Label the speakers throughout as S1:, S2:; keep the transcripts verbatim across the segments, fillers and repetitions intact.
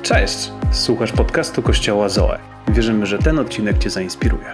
S1: Cześć! Słuchasz podcastu Kościoła Zoe. Wierzymy, że ten odcinek Cię zainspiruje.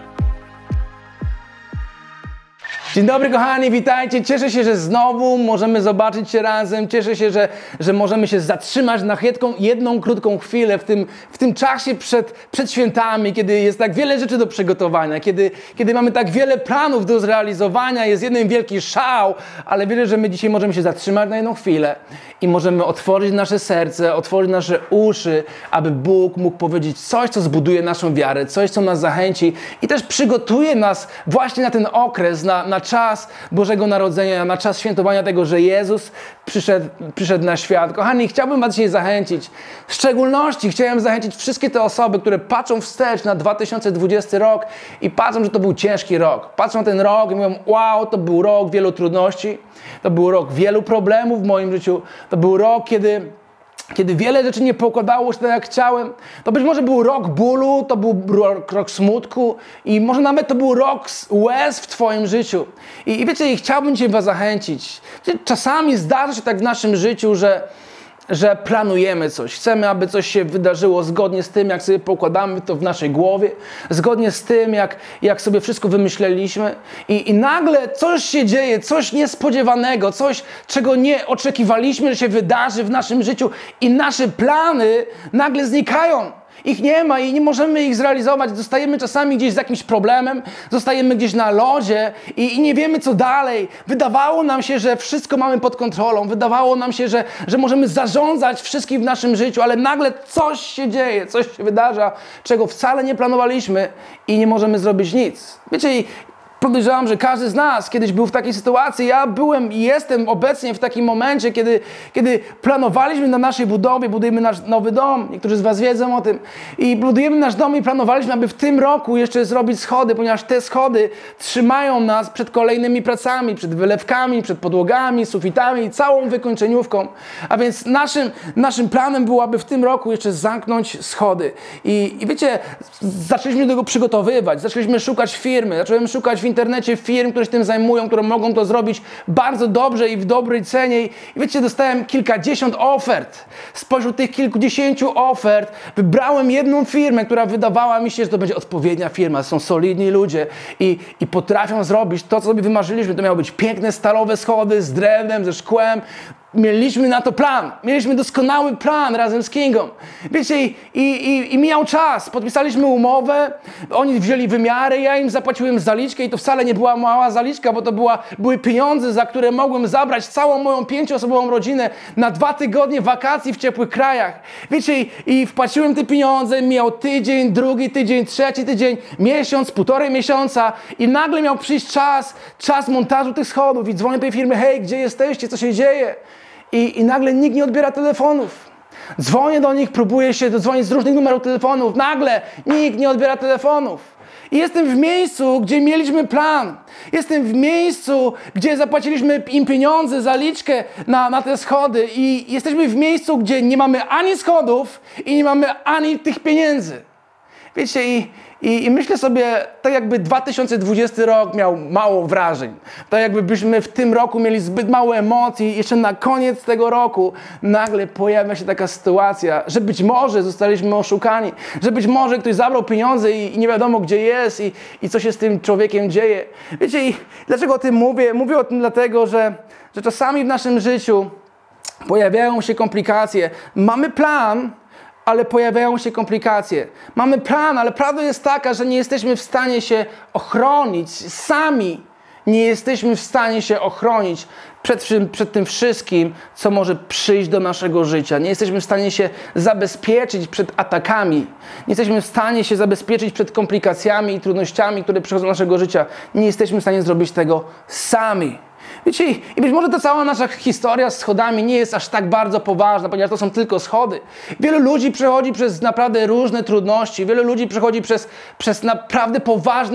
S2: Dzień dobry kochani, witajcie. Cieszę się, że znowu możemy zobaczyć się razem. Cieszę się, że, że możemy się zatrzymać na jedną, jedną krótką chwilę w tym, w tym czasie przed, przed świętami, kiedy jest tak wiele rzeczy do przygotowania, kiedy, kiedy mamy tak wiele planów do zrealizowania, jest jeden wielki szał, ale wierzę, że my dzisiaj możemy się zatrzymać na jedną chwilę i możemy otworzyć nasze serce, otworzyć nasze uszy, aby Bóg mógł powiedzieć coś, co zbuduje naszą wiarę, coś, co nas zachęci i też przygotuje nas właśnie na ten okres, na, na czas Bożego Narodzenia, na czas świętowania tego, że Jezus przyszedł, przyszedł na świat. Kochani, chciałbym Was dzisiaj zachęcić. W szczególności chciałem zachęcić wszystkie te osoby, które patrzą wstecz na dwa tysiące dwudziesty rok i patrzą, że to był ciężki rok. Patrzą na ten rok i mówią, wow, to był rok wielu trudności, to był rok wielu problemów w moim życiu, to był rok, kiedy Kiedy wiele rzeczy nie pokładało się tak, jak chciałem. To być może był rok bólu, to był rok, rok smutku i może nawet to był rok łez w Twoim życiu. I, i wiecie, i chciałbym Cię Was zachęcić. Czasami zdarza się tak w naszym życiu, że że planujemy coś, chcemy, aby coś się wydarzyło zgodnie z tym, jak sobie pokładamy to w naszej głowie, zgodnie z tym, jak, jak sobie wszystko wymyśleliśmy i, i nagle coś się dzieje, coś niespodziewanego, coś, czego nie oczekiwaliśmy, że się wydarzy w naszym życiu i nasze plany nagle znikają. Ich nie ma i nie możemy ich zrealizować. Zostajemy czasami gdzieś z jakimś problemem, zostajemy gdzieś na lodzie i, i nie wiemy, co dalej. Wydawało nam się, że wszystko mamy pod kontrolą. Wydawało nam się, że, że możemy zarządzać wszystkim w naszym życiu, ale nagle coś się dzieje, coś się wydarza, czego wcale nie planowaliśmy i nie możemy zrobić nic. Wiecie, i podejrzewam, że każdy z nas kiedyś był w takiej sytuacji. Ja byłem i jestem obecnie w takim momencie, kiedy, kiedy planowaliśmy na naszej budowie, budujemy nasz nowy dom. Niektórzy z Was wiedzą o tym. I budujemy nasz dom i planowaliśmy, aby w tym roku jeszcze zrobić schody, ponieważ te schody trzymają nas przed kolejnymi pracami, przed wylewkami, przed podłogami, sufitami i całą wykończeniówką. A więc naszym, naszym planem było, aby w tym roku jeszcze zamknąć schody. I, i wiecie, zaczęliśmy do tego przygotowywać, zaczęliśmy szukać firmy, zacząłem szukać w internecie firm, które się tym zajmują, które mogą to zrobić bardzo dobrze i w dobrej cenie. I wiecie, dostałem kilkadziesiąt ofert. Spośród tych kilkudziesięciu ofert wybrałem jedną firmę, która wydawała mi się, że to będzie odpowiednia firma. Są solidni ludzie i, i potrafią zrobić to, co sobie wymarzyliśmy. To miały być piękne stalowe schody z drewnem, ze szkłem. Mieliśmy na to plan. Mieliśmy doskonały plan razem z Kingą. Wiecie, i, i, i mijał czas. Podpisaliśmy umowę, oni wzięli wymiary, ja im zapłaciłem zaliczkę i to wcale nie była mała zaliczka, bo to była, były pieniądze, za które mogłem zabrać całą moją pięcioosobową rodzinę na dwa tygodnie wakacji w ciepłych krajach. Wiecie, i, i wpłaciłem te pieniądze, mijał tydzień, drugi tydzień, trzeci tydzień, miesiąc, półtorej miesiąca i nagle miał przyjść czas, czas montażu tych schodów i dzwonię do tej firmy, hej, gdzie jesteście, co się dzieje? I, I nagle nikt nie odbiera telefonów. Dzwonię do nich, próbuję się dodzwonić z różnych numerów telefonów. Nagle nikt nie odbiera telefonów. I jestem w miejscu, gdzie mieliśmy plan. Jestem w miejscu, gdzie zapłaciliśmy im pieniądze, zaliczkę na, na te schody. I jesteśmy w miejscu, gdzie nie mamy ani schodów i nie mamy ani tych pieniędzy. Wiecie, i, i, i myślę sobie, tak jakby dwa tysiące dwudziesty rok miał mało wrażeń. Tak jakbyśmy w tym roku mieli zbyt mało emocji i jeszcze na koniec tego roku nagle pojawia się taka sytuacja, że być może zostaliśmy oszukani, że być może ktoś zabrał pieniądze i, i nie wiadomo gdzie jest i, i co się z tym człowiekiem dzieje. Wiecie, i dlaczego o tym mówię? Mówię o tym dlatego, że, że czasami w naszym życiu pojawiają się komplikacje. Mamy plan, ale pojawiają się komplikacje. Mamy plan, ale prawda jest taka, że nie jesteśmy w stanie się ochronić. Sami nie jesteśmy w stanie się ochronić przed, przed tym wszystkim, co może przyjść do naszego życia. Nie jesteśmy w stanie się zabezpieczyć przed atakami. Nie jesteśmy w stanie się zabezpieczyć przed komplikacjami i trudnościami, które przychodzą do naszego życia. Nie jesteśmy w stanie zrobić tego sami. Wiecie, i być może ta cała nasza historia z schodami nie jest aż tak bardzo poważna, ponieważ to są tylko schody. Wielu ludzi przechodzi przez naprawdę różne trudności. Wielu ludzi przechodzi przez, przez naprawdę poważne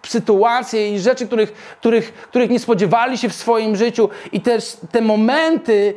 S2: sytuacje i rzeczy, których, których, których nie spodziewali się w swoim życiu i też te momenty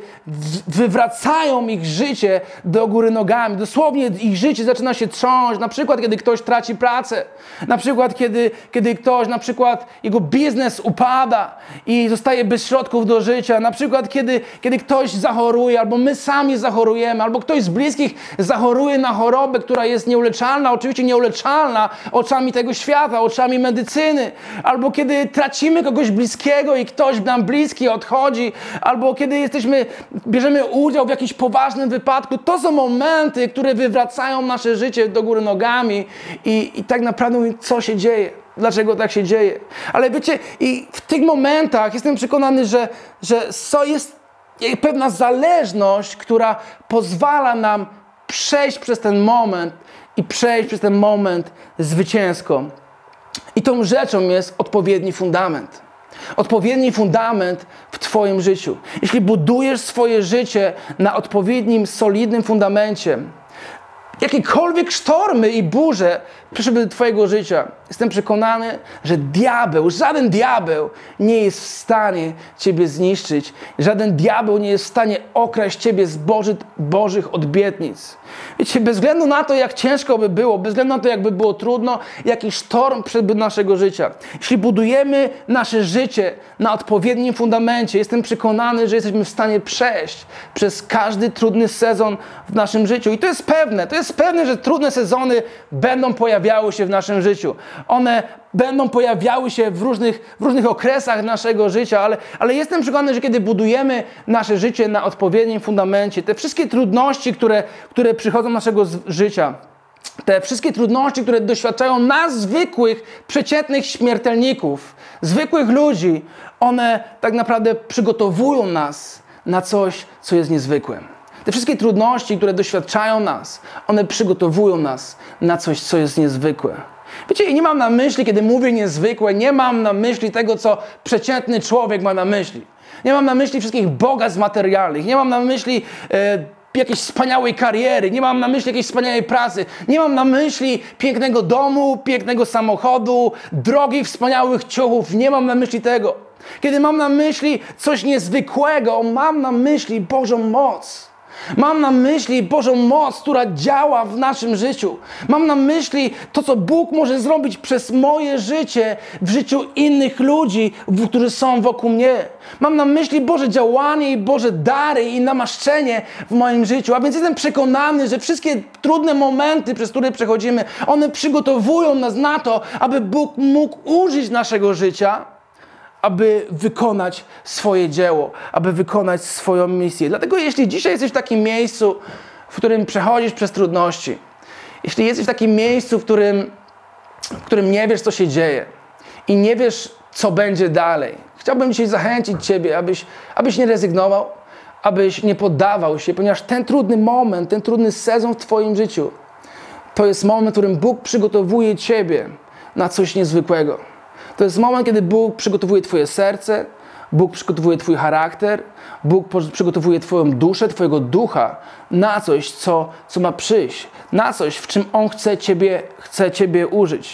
S2: wywracają ich życie do góry nogami. Dosłownie ich życie zaczyna się trząść. Na przykład, kiedy ktoś traci pracę. Na przykład, kiedy, kiedy ktoś, na przykład jego biznes upada i zostaje bez środków do życia. Na przykład, kiedy, kiedy ktoś zachoruje, albo my sami zachorujemy, albo ktoś z bliskich zachoruje na chorobę, która jest nieuleczalna, oczywiście nieuleczalna oczami tego świata, oczami medycyny. Albo kiedy tracimy kogoś bliskiego i ktoś nam bliski odchodzi, albo kiedy jesteśmy, bierzemy udział w jakimś poważnym wypadku. To są momenty, które wywracają nasze życie do góry nogami i, i tak naprawdę mówię, co się dzieje. Dlaczego tak się dzieje? Ale wiecie, i w tych momentach jestem przekonany, że, że jest pewna zależność, która pozwala nam przejść przez ten moment i przejść przez ten moment zwycięsko. I tą rzeczą jest odpowiedni fundament. Odpowiedni fundament w Twoim życiu. Jeśli budujesz swoje życie na odpowiednim, solidnym fundamencie, jakiekolwiek sztormy i burze przyszłyby do Twojego życia, jestem przekonany, że diabeł, żaden diabeł nie jest w stanie Ciebie zniszczyć. Żaden diabeł nie jest w stanie okraść Ciebie z Boży, Bożych obietnic. Wiecie, bez względu na to, jak ciężko by było, bez względu na to, jakby było trudno, jaki sztorm przyszedłby do naszego życia. Jeśli budujemy nasze życie na odpowiednim fundamencie, jestem przekonany, że jesteśmy w stanie przejść przez każdy trudny sezon w naszym życiu. I to jest pewne, to jest pewne, że trudne sezony będą pojawiały się w naszym życiu. One będą pojawiały się w różnych, w różnych okresach naszego życia, ale, ale jestem przekonany, że kiedy budujemy nasze życie na odpowiednim fundamencie, te wszystkie trudności, które, które przychodzą do naszego z- życia, te wszystkie trudności, które doświadczają nas, zwykłych, przeciętnych śmiertelników, zwykłych ludzi, one tak naprawdę przygotowują nas na coś, co jest niezwykłe. Te wszystkie trudności, które doświadczają nas, one przygotowują nas na coś, co jest niezwykłe. Wiecie, i nie mam na myśli, kiedy mówię niezwykłe, nie mam na myśli tego, co przeciętny człowiek ma na myśli. Nie mam na myśli wszystkich bogactw materialnych, nie mam na myśli e, jakiejś wspaniałej kariery, nie mam na myśli jakiejś wspaniałej pracy, nie mam na myśli pięknego domu, pięknego samochodu, drogich, wspaniałych ciuchów, nie mam na myśli tego. Kiedy mam na myśli coś niezwykłego, mam na myśli Bożą moc. Mam na myśli Bożą moc, która działa w naszym życiu. Mam na myśli to, co Bóg może zrobić przez moje życie, w życiu innych ludzi, którzy są wokół mnie. Mam na myśli Boże działanie i Boże dary i namaszczenie w moim życiu. A więc jestem przekonany, że wszystkie trudne momenty, przez które przechodzimy, one przygotowują nas na to, aby Bóg mógł użyć naszego życia, aby wykonać swoje dzieło, aby wykonać swoją misję. Dlatego jeśli dzisiaj jesteś w takim miejscu, w którym przechodzisz przez trudności, jeśli jesteś w takim miejscu, w którym, w którym nie wiesz, co się dzieje i nie wiesz, co będzie dalej, chciałbym dzisiaj zachęcić Ciebie, abyś, abyś nie rezygnował, abyś nie poddawał się, ponieważ ten trudny moment, ten trudny sezon w Twoim życiu, to jest moment, w którym Bóg przygotowuje Ciebie na coś niezwykłego. To jest moment, kiedy Bóg przygotowuje Twoje serce, Bóg przygotowuje Twój charakter, Bóg przygotowuje Twoją duszę, Twojego ducha na coś, co, co ma przyjść, na coś, w czym On chce Ciebie, chce Ciebie użyć.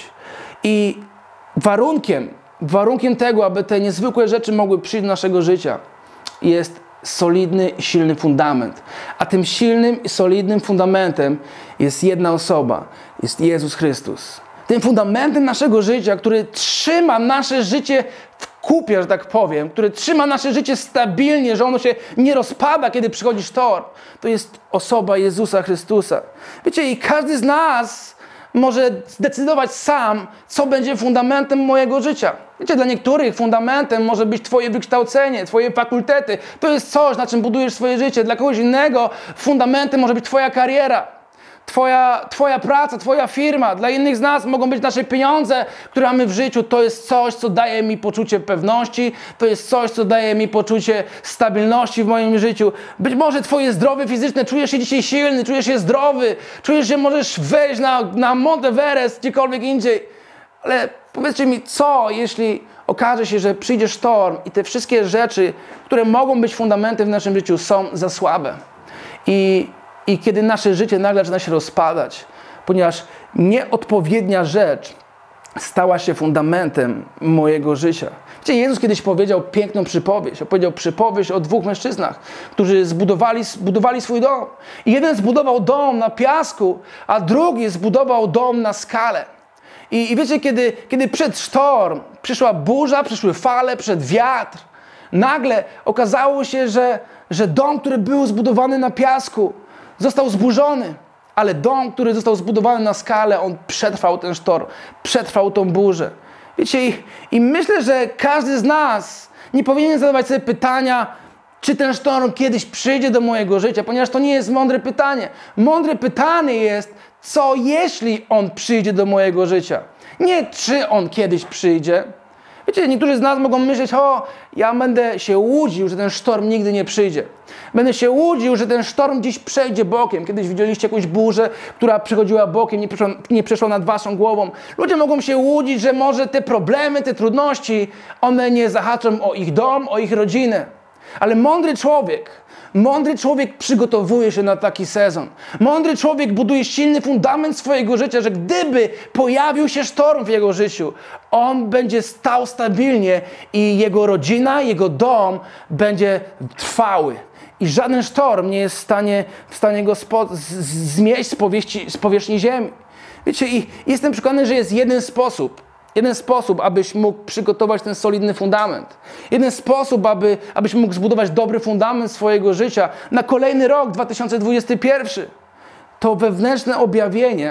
S2: I warunkiem, warunkiem tego, aby te niezwykłe rzeczy mogły przyjść do naszego życia, jest solidny i silny fundament. A tym silnym i solidnym fundamentem jest jedna osoba, jest Jezus Chrystus. Tym fundamentem naszego życia, który trzyma nasze życie w kupie, że tak powiem, który trzyma nasze życie stabilnie, że ono się nie rozpada, kiedy przychodzi sztorm, to jest osoba Jezusa Chrystusa. Wiecie, i każdy z nas może zdecydować sam, co będzie fundamentem mojego życia. Wiecie, dla niektórych fundamentem może być Twoje wykształcenie, Twoje fakultety. To jest coś, na czym budujesz swoje życie. Dla kogoś innego fundamentem może być Twoja kariera. Twoja, twoja praca, Twoja firma. Dla innych z nas mogą być nasze pieniądze, które mamy w życiu. To jest coś, co daje mi poczucie pewności. To jest coś, co daje mi poczucie stabilności w moim życiu. Być może Twoje zdrowie fizyczne. Czujesz się dzisiaj silny, czujesz się zdrowy. Czujesz, że możesz wejść na, na Mount Everest, gdziekolwiek indziej. Ale powiedzcie mi, co jeśli okaże się, że przyjdzie sztorm i te wszystkie rzeczy, które mogą być fundamentem w naszym życiu, są za słabe. I I kiedy nasze życie nagle zaczyna się rozpadać, ponieważ nieodpowiednia rzecz stała się fundamentem mojego życia. Wiecie, Jezus kiedyś powiedział piękną przypowieść. Opowiedział przypowieść o dwóch mężczyznach, którzy zbudowali, zbudowali swój dom. I jeden zbudował dom na piasku, a drugi zbudował dom na skale. I, i wiecie, kiedy, kiedy przyszedł sztorm, przyszła burza, przyszły fale, przyszedł wiatr, nagle okazało się, że, że dom, który był zbudowany na piasku, został zburzony. Ale dom, który został zbudowany na skale, on przetrwał ten sztorm, przetrwał tą burzę. Wiecie, i, i myślę, że każdy z nas nie powinien zadawać sobie pytania, czy ten sztorm kiedyś przyjdzie do mojego życia, ponieważ to nie jest mądre pytanie. Mądre pytanie jest, co jeśli on przyjdzie do mojego życia? Nie, czy on kiedyś przyjdzie. Wiecie, niektórzy z nas mogą myśleć, o, ja będę się łudził, że ten sztorm nigdy nie przyjdzie. Będę się łudził, że ten sztorm dziś przejdzie bokiem. Kiedyś widzieliście jakąś burzę, która przechodziła bokiem, nie przeszła, nie przeszła nad waszą głową. Ludzie mogą się łudzić, że może te problemy, te trudności, one nie zahaczą o ich dom, o ich rodzinę. Ale mądry człowiek, mądry człowiek przygotowuje się na taki sezon. Mądry człowiek buduje silny fundament swojego życia, że gdyby pojawił się sztorm w jego życiu, on będzie stał stabilnie i jego rodzina, jego dom będzie trwały. I żaden sztorm nie jest w stanie, w stanie go spo, z, zmieść z, powieści, z powierzchni ziemi. Wiecie, i jestem przekonany, że jest jeden sposób, Jeden sposób, abyś mógł przygotować ten solidny fundament. Jeden sposób, aby, abyś mógł zbudować dobry fundament swojego życia na kolejny rok, dwa tysiące dwudziesty pierwszy. To wewnętrzne objawienie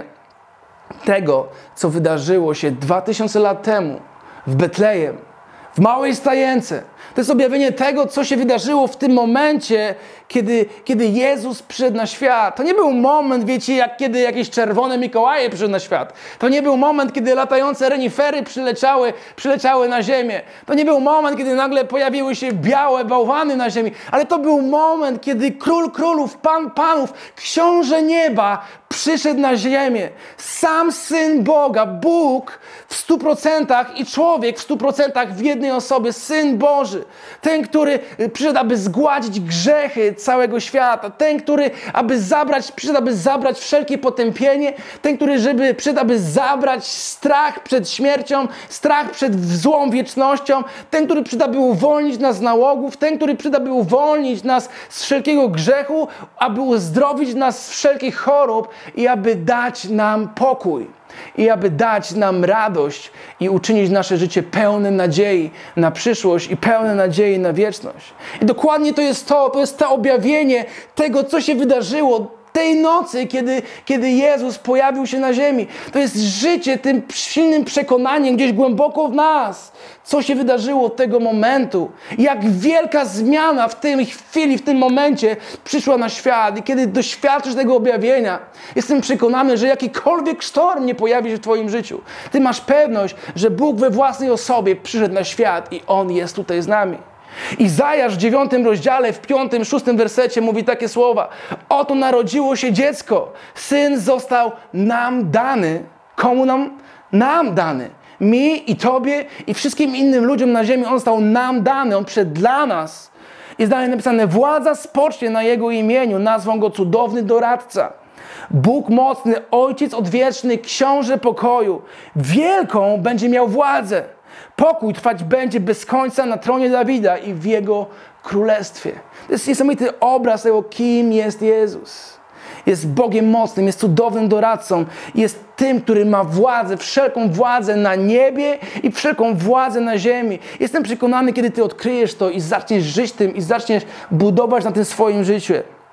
S2: tego, co wydarzyło się dwa tysiące lat temu w Betlejem, w małej stajence. To jest objawienie tego, co się wydarzyło w tym momencie, kiedy, kiedy Jezus przyszedł na świat. To nie był moment, wiecie, jak kiedy jakieś czerwone Mikołaje przyszedł na świat. To nie był moment, kiedy latające renifery przyleciały, przyleciały na ziemię. To nie był moment, kiedy nagle pojawiły się białe bałwany na ziemi. Ale to był moment, kiedy Król Królów, Pan Panów, Książę Nieba przyszedł na ziemię. Sam Syn Boga, Bóg w stu procentach i człowiek w stu procentach w jednej osobie, Syn Boży. Ten, który przyszedł, aby zgładzić grzechy całego świata. Ten, który aby zabrać, przyszedł, aby zabrać wszelkie potępienie. Ten, który żeby, przyszedł, aby zabrać strach przed śmiercią, strach przed złą wiecznością. Ten, który przyszedł, aby uwolnić nas z nałogów. Ten, który przyszedł, aby uwolnić nas z wszelkiego grzechu, aby uzdrowić nas z wszelkich chorób i aby dać nam pokój. I aby dać nam radość i uczynić nasze życie pełne nadziei na przyszłość i pełne nadziei na wieczność. I dokładnie to jest to, to jest to objawienie tego, co się wydarzyło tej nocy, kiedy, kiedy Jezus pojawił się na ziemi. To jest życie tym silnym przekonaniem gdzieś głęboko w nas, co się wydarzyło od tego momentu. Jak wielka zmiana w tej chwili, w tym momencie przyszła na świat. I kiedy doświadczysz tego objawienia, jestem przekonany, że jakikolwiek sztorm nie pojawi się w twoim życiu. Ty masz pewność, że Bóg we własnej osobie przyszedł na świat i On jest tutaj z nami. Izajasz w dziewiątym rozdziale, w piątym, szóstym wersecie mówi takie słowa. Oto narodziło się dziecko. Syn został nam dany. Komu nam? Nam dany. Mi i tobie i wszystkim innym ludziom na ziemi. On został nam dany. On przyszedł dla nas. Jest dalej napisane, władza spocznie na Jego imieniu. Nazwą Go cudowny doradca. Bóg mocny, Ojciec odwieczny, Książę pokoju. Wielką będzie miał władzę. Pokój trwać będzie bez końca na tronie Dawida i w Jego królestwie. To jest niesamowity obraz tego, kim jest Jezus. Jest Bogiem mocnym, jest cudownym doradcą, jest tym, który ma władzę, wszelką władzę na niebie i wszelką władzę na ziemi. Jestem przekonany, kiedy Ty odkryjesz to i zaczniesz żyć tym i zaczniesz budować na tym swoim życiu.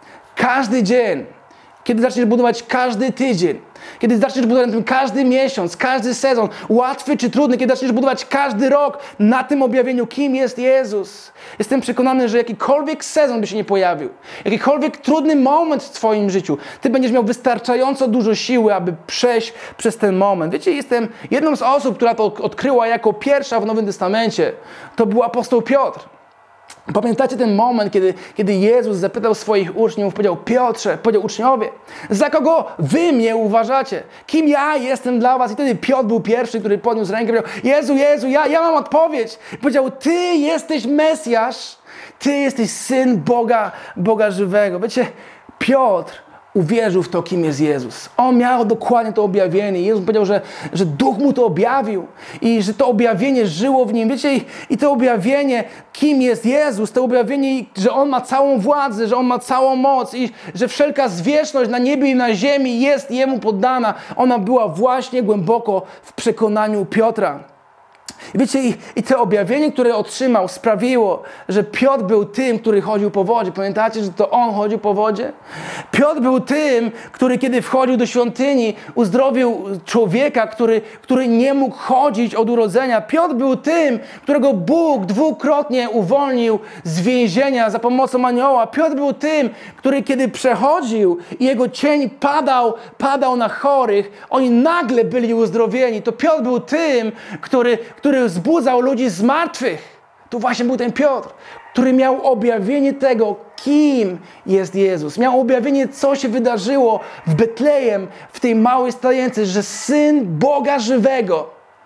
S2: Każdy dzień, kiedy zaczniesz budować każdy tydzień, kiedy zaczniesz budować na tym każdy miesiąc, każdy sezon, łatwy czy trudny, kiedy zaczniesz budować każdy rok na tym objawieniu, kim jest Jezus. Jestem przekonany, że jakikolwiek sezon by się nie pojawił, jakikolwiek trudny moment w twoim życiu, ty będziesz miał wystarczająco dużo siły, aby przejść przez ten moment. Wiecie, jestem jedną z osób, która to odkryła jako pierwsza w Nowym Testamencie. To był apostoł Piotr. Pamiętacie ten moment, kiedy, kiedy Jezus zapytał swoich uczniów, powiedział, Piotrze, powiedział uczniowie, za kogo wy mnie uważacie? Kim ja jestem dla was? I wtedy Piotr był pierwszy, który podniósł rękę i powiedział, Jezu, Jezu, ja, ja mam odpowiedź. I powiedział, Ty jesteś Mesjasz, Ty jesteś Syn Boga, Boga żywego. Wiecie, Piotr uwierzył w to, kim jest Jezus. On miał dokładnie to objawienie. Jezus powiedział, że, że Duch mu to objawił i że to objawienie żyło w nim. Wiecie, i, i to objawienie, kim jest Jezus, to objawienie, że On ma całą władzę, że On ma całą moc i że wszelka zwierzchność na niebie i na ziemi jest Jemu poddana. Ona była właśnie głęboko w przekonaniu Piotra. I wiecie, i, i to objawienie, które otrzymał, sprawiło, że Piotr był tym, który chodził po wodzie. Pamiętacie, że to on chodził po wodzie? Piotr był tym, który kiedy wchodził do świątyni, uzdrowił człowieka, który, który nie mógł chodzić od urodzenia. Piotr był tym, którego Bóg dwukrotnie uwolnił z więzienia za pomocą anioła. Piotr był tym, który kiedy przechodził i jego cień padał, padał na chorych, oni nagle byli uzdrowieni. To Piotr był tym, który, który wzbudzał ludzi z martwych. To właśnie był ten Piotr, który miał objawienie tego, kim jest Jezus. Miał objawienie, co się wydarzyło w Betlejem, w tej małej stajence, że Syn Boga żywego,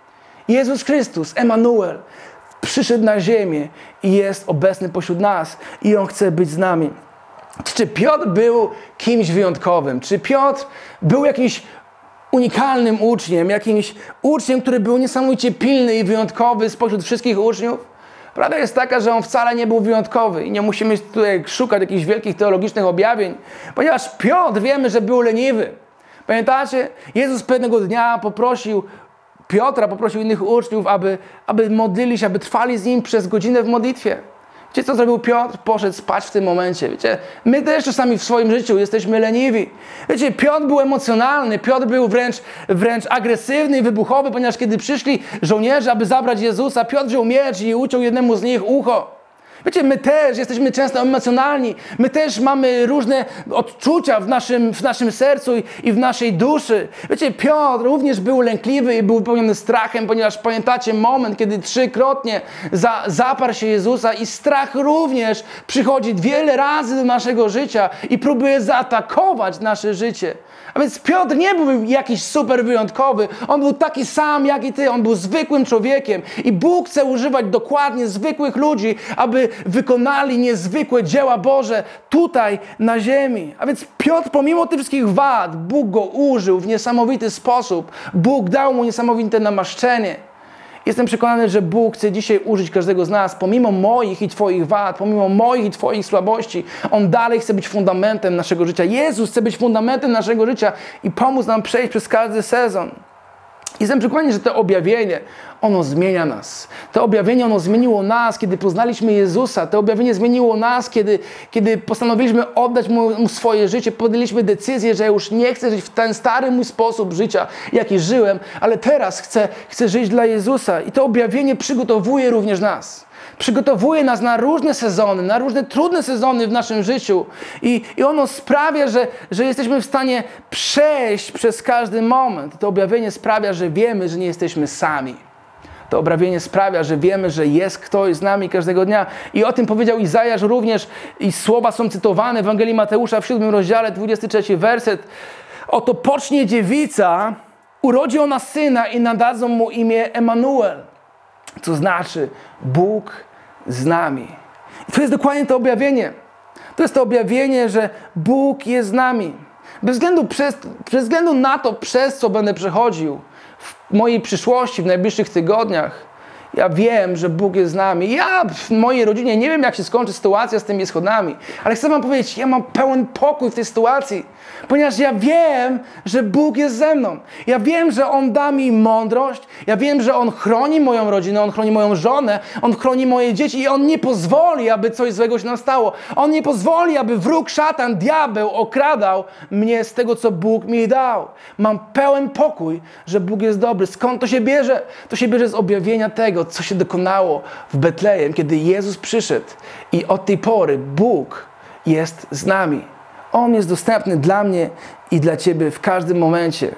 S2: Jezus Chrystus, Emanuel, przyszedł na ziemię i jest obecny pośród nas i On chce być z nami. Czy Piotr był kimś wyjątkowym? Czy Piotr był jakimś unikalnym uczniem, jakimś uczniem, który był niesamowicie pilny i wyjątkowy spośród wszystkich uczniów? Prawda jest taka, że on wcale nie był wyjątkowy i nie musimy tutaj szukać jakichś wielkich teologicznych objawień, ponieważ Piotr, wiemy, że był leniwy. Pamiętacie? Jezus pewnego dnia poprosił Piotra, poprosił innych uczniów, aby, aby modlili się, aby trwali z Nim przez godzinę w modlitwie. Wiecie, co zrobił Piotr? Poszedł spać w tym momencie. Wiecie, my też czasami w swoim życiu jesteśmy leniwi. Wiecie, Piotr był emocjonalny, Piotr był wręcz, wręcz agresywny i wybuchowy, ponieważ kiedy przyszli żołnierze, aby zabrać Jezusa, Piotr wziął miecz i uciął jednemu z nich ucho. Wiecie, my też jesteśmy często emocjonalni. My też mamy różne odczucia w naszym, w naszym sercu i, i w naszej duszy. Wiecie, Piotr również był lękliwy i był wypełniony strachem, ponieważ pamiętacie moment, kiedy trzykrotnie za, zaparł się Jezusa i strach również przychodzi wiele razy do naszego życia i próbuje zaatakować nasze życie. A więc Piotr nie był jakiś super wyjątkowy. On był taki sam jak i ty. On był zwykłym człowiekiem. I Bóg chce używać dokładnie zwykłych ludzi, aby wykonali niezwykłe dzieła Boże tutaj na ziemi. A więc Piotr, pomimo tych wszystkich wad, Bóg go użył w niesamowity sposób. Bóg dał mu niesamowite namaszczenie. Jestem przekonany, że Bóg chce dzisiaj użyć każdego z nas, pomimo moich i Twoich wad, pomimo moich i Twoich słabości. On dalej chce być fundamentem naszego życia. Jezus chce być fundamentem naszego życia i pomóc nam przejść przez każdy sezon. Jestem przekonany, że to objawienie, ono zmienia nas. To objawienie, ono zmieniło nas, kiedy poznaliśmy Jezusa. To objawienie zmieniło nas, kiedy, kiedy postanowiliśmy oddać mu, mu swoje życie. Podjęliśmy decyzję, że już nie chcę żyć w ten stary mój sposób życia, jaki żyłem, ale teraz chcę, chcę żyć dla Jezusa. I to objawienie przygotowuje również nas. Przygotowuje nas na różne sezony, na różne trudne sezony w naszym życiu. I, i ono sprawia, że, że jesteśmy w stanie przejść przez każdy moment. To objawienie sprawia, że wiemy, że nie jesteśmy sami. To objawienie sprawia, że wiemy, że jest ktoś z nami każdego dnia. I o tym powiedział Izajasz również. I słowa są cytowane w Ewangelii Mateusza w siódmym rozdziale, dwudziesty trzeci werset. Oto pocznie dziewica, urodzi ona syna i nadadzą mu imię Emanuel. Co znaczy Bóg z nami. I to jest dokładnie to objawienie. To jest to objawienie, że Bóg jest z nami. Bez względu, przez, bez względu na to, przez co będę przechodził w mojej przyszłości, w najbliższych tygodniach, ja wiem, że Bóg jest z nami. Ja w mojej rodzinie nie wiem, jak się skończy sytuacja z tymi schodami, ale chcę wam powiedzieć, ja mam pełen pokój w tej sytuacji, ponieważ ja wiem, że Bóg jest ze mną. Ja wiem, że On da mi mądrość, ja wiem, że On chroni moją rodzinę, On chroni moją żonę, On chroni moje dzieci i On nie pozwoli, aby coś złego się nam stało. On nie pozwoli, aby wróg, szatan, diabeł okradał mnie z tego, co Bóg mi dał. Mam pełen pokój, że Bóg jest dobry. Skąd to się bierze? To się bierze z objawienia tego, co się dokonało w Betlejem, kiedy Jezus przyszedł i od tej pory Bóg jest z nami. On jest dostępny dla mnie i dla Ciebie w każdym momencie.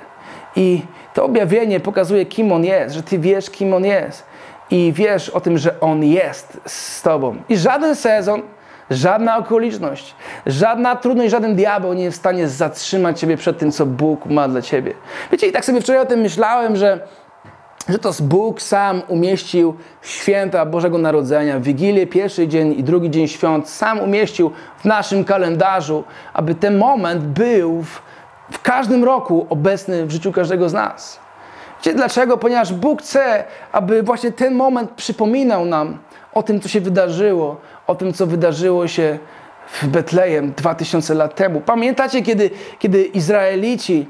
S2: I to objawienie pokazuje, kim On jest, że Ty wiesz, kim On jest i wiesz o tym, że On jest z Tobą. I żaden sezon, żadna okoliczność, żadna trudność, żaden diabeł nie jest w stanie zatrzymać Ciebie przed tym, co Bóg ma dla Ciebie. Wiecie, i tak sobie wczoraj o tym myślałem, że że to Bóg sam umieścił święta Bożego Narodzenia, Wigilię, pierwszy dzień i drugi dzień świąt, sam umieścił w naszym kalendarzu, aby ten moment był w, w każdym roku obecny w życiu każdego z nas. Wiecie dlaczego? Ponieważ Bóg chce, aby właśnie ten moment przypominał nam o tym, co się wydarzyło, o tym, co wydarzyło się w Betlejem dwa tysiące lat temu. Pamiętacie, kiedy, kiedy Izraelici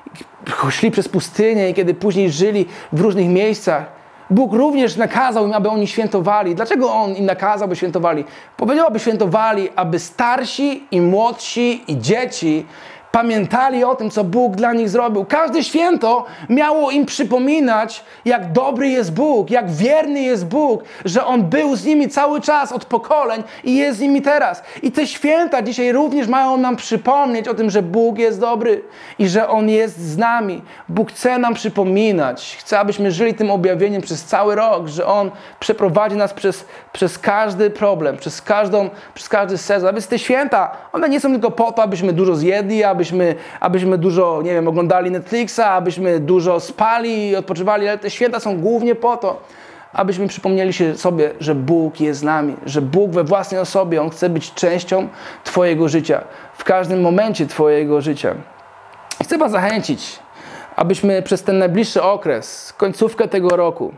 S2: szli przez pustynię i kiedy później żyli w różnych miejscach, Bóg również nakazał im, aby oni świętowali. Dlaczego On im nakazał, by świętowali? Powiedział, aby świętowali, aby starsi i młodsi i dzieci pamiętali o tym, co Bóg dla nich zrobił. Każde święto miało im przypominać, jak dobry jest Bóg, jak wierny jest Bóg, że On był z nimi cały czas od pokoleń i jest z nimi teraz. I te święta dzisiaj również mają nam przypomnieć o tym, że Bóg jest dobry i że On jest z nami. Bóg chce nam przypominać, chce, abyśmy żyli tym objawieniem przez cały rok, że On przeprowadzi nas przez, przez każdy problem, przez, każdą, przez każdy sezon. A więc te święta, one nie są tylko po to, abyśmy dużo zjedli, aby Abyśmy, abyśmy dużo, nie wiem, oglądali Netflixa, abyśmy dużo spali i odpoczywali, ale te święta są głównie po to, abyśmy przypomnieli się sobie, że Bóg jest z nami, że Bóg we własnej osobie, On chce być częścią Twojego życia, w każdym momencie Twojego życia. Chcę Was zachęcić, abyśmy przez ten najbliższy okres, końcówkę tego roku,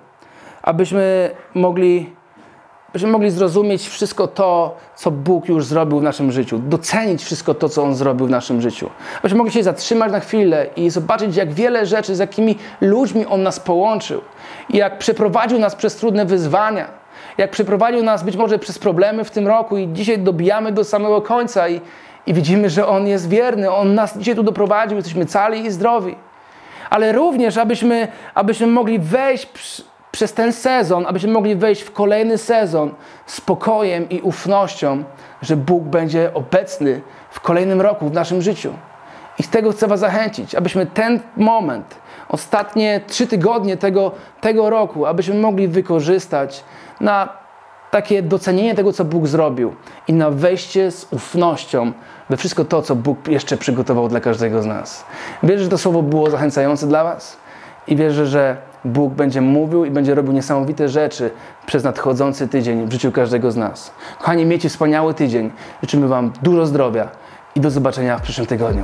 S2: abyśmy mogli Byśmy mogli zrozumieć wszystko to, co Bóg już zrobił w naszym życiu. Docenić wszystko to, co On zrobił w naszym życiu. Byśmy mogli się zatrzymać na chwilę i zobaczyć, jak wiele rzeczy, z jakimi ludźmi On nas połączył. I jak przeprowadził nas przez trudne wyzwania. Jak przeprowadził nas być może przez problemy w tym roku i dzisiaj dobijamy do samego końca i, i widzimy, że On jest wierny. On nas dzisiaj tu doprowadził. Jesteśmy cali i zdrowi. Ale również, abyśmy, abyśmy mogli wejść przy, przez ten sezon, abyśmy mogli wejść w kolejny sezon z spokojem i ufnością, że Bóg będzie obecny w kolejnym roku w naszym życiu. I z tego chcę Was zachęcić, abyśmy ten moment, ostatnie trzy tygodnie tego, tego roku, abyśmy mogli wykorzystać na takie docenienie tego, co Bóg zrobił i na wejście z ufnością we wszystko to, co Bóg jeszcze przygotował dla każdego z nas. Wierzę, że to słowo było zachęcające dla Was i wierzę, że Bóg będzie mówił i będzie robił niesamowite rzeczy przez nadchodzący tydzień w życiu każdego z nas. Kochani, miejcie wspaniały tydzień. Życzymy Wam dużo zdrowia i do zobaczenia w przyszłym tygodniu.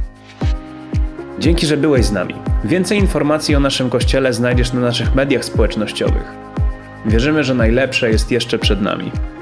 S1: Dzięki, że byłeś z nami. Więcej informacji o naszym Kościele znajdziesz na naszych mediach społecznościowych. Wierzymy, że najlepsze jest jeszcze przed nami.